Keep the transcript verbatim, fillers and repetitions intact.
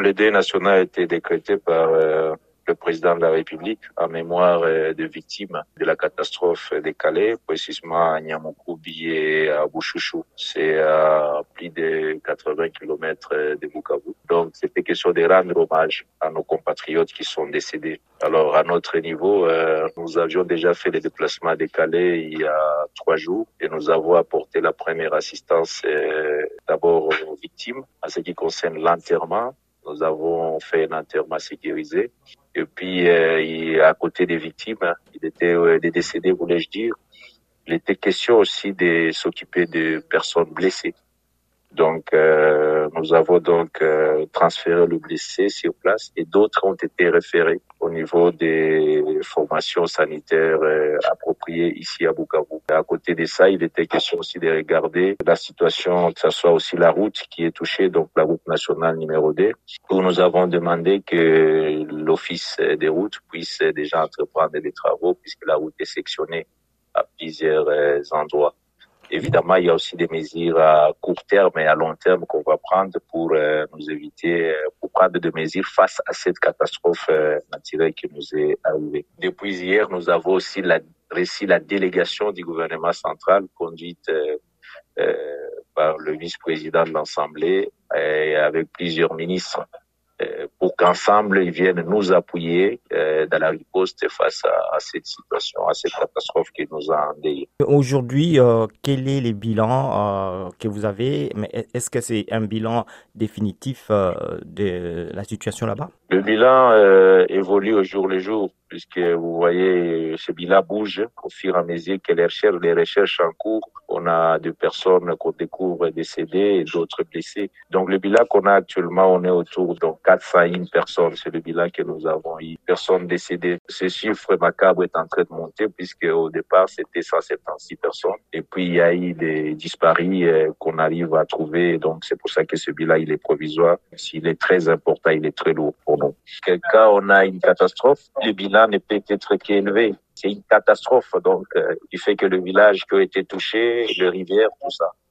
Le deuil national a été décrété par euh, le président de la République en mémoire euh, des victimes de la catastrophe de Calais, précisément à Niamoukoumi et à Bouchouchou. C'est à plus de quatre-vingts kilomètres de Bukavu. Donc, c'était question de rendre hommage à nos compatriotes qui sont décédés. Alors, à notre niveau, euh, nous avions déjà fait le déplacement de Calais il y a trois jours et nous avons apporté la première assistance euh, d'abord aux victimes en ce qui concerne l'enterrement. Nous avons fait un enterrement sécurisé. Et puis, euh, il, à côté des victimes, il était euh, des décédés, voulais-je dire, il était question aussi de s'occuper de personnes blessées. Donc, euh, nous avons donc euh, transféré le blessé sur place et d'autres ont été référés au niveau des formations sanitaires euh, appropriées ici à Bukavu. À côté de ça, il était question aussi de regarder la situation, que ce soit aussi la route qui est touchée, donc la route nationale numéro deux, où nous avons demandé que l'office des routes puisse déjà entreprendre des travaux puisque la route est sectionnée à plusieurs euh, endroits. Évidemment, il y a aussi des mesures à court terme et à long terme qu'on va prendre pour euh, nous éviter, pour prendre des mesures face à cette catastrophe euh, naturelle qui nous est arrivée. Depuis hier, nous avons aussi la, réussi la délégation du gouvernement central conduite euh, euh, par le vice-président de l'Assemblée et avec plusieurs ministres euh, pour qu'ensemble ils viennent nous appuyer euh, dans la riposte face à, à cette situation, à cette catastrophe qui nous a endeuillés. Aujourd'hui, euh, quel est le bilan euh, que vous avez? Mais est-ce que c'est un bilan définitif euh, de la situation là-bas? Le bilan euh, évolue au jour le jour, puisque vous voyez, ce bilan bouge au fur et à mesure que les recherches, les recherches en cours. On a des personnes qu'on découvre décédées et d'autres blessées. Donc le bilan qu'on a actuellement, on est autour de quatre cent un personnes. C'est le bilan que nous avons eu. Personnes décédées. Ce chiffre macabre est en train de monter, puisque au départ, c'était cent soixante-seize personnes. Et puis, il y a eu des disparus euh, qu'on arrive à trouver. Donc, c'est pour ça que ce bilan, il est provisoire. S'il est très important, il est très lourd pour nous. Quel cas on a une catastrophe, le bilan ne peut être qu'élevé. C'est une catastrophe, donc, euh, il fait que le village qui a été touché, les rivières, tout ça.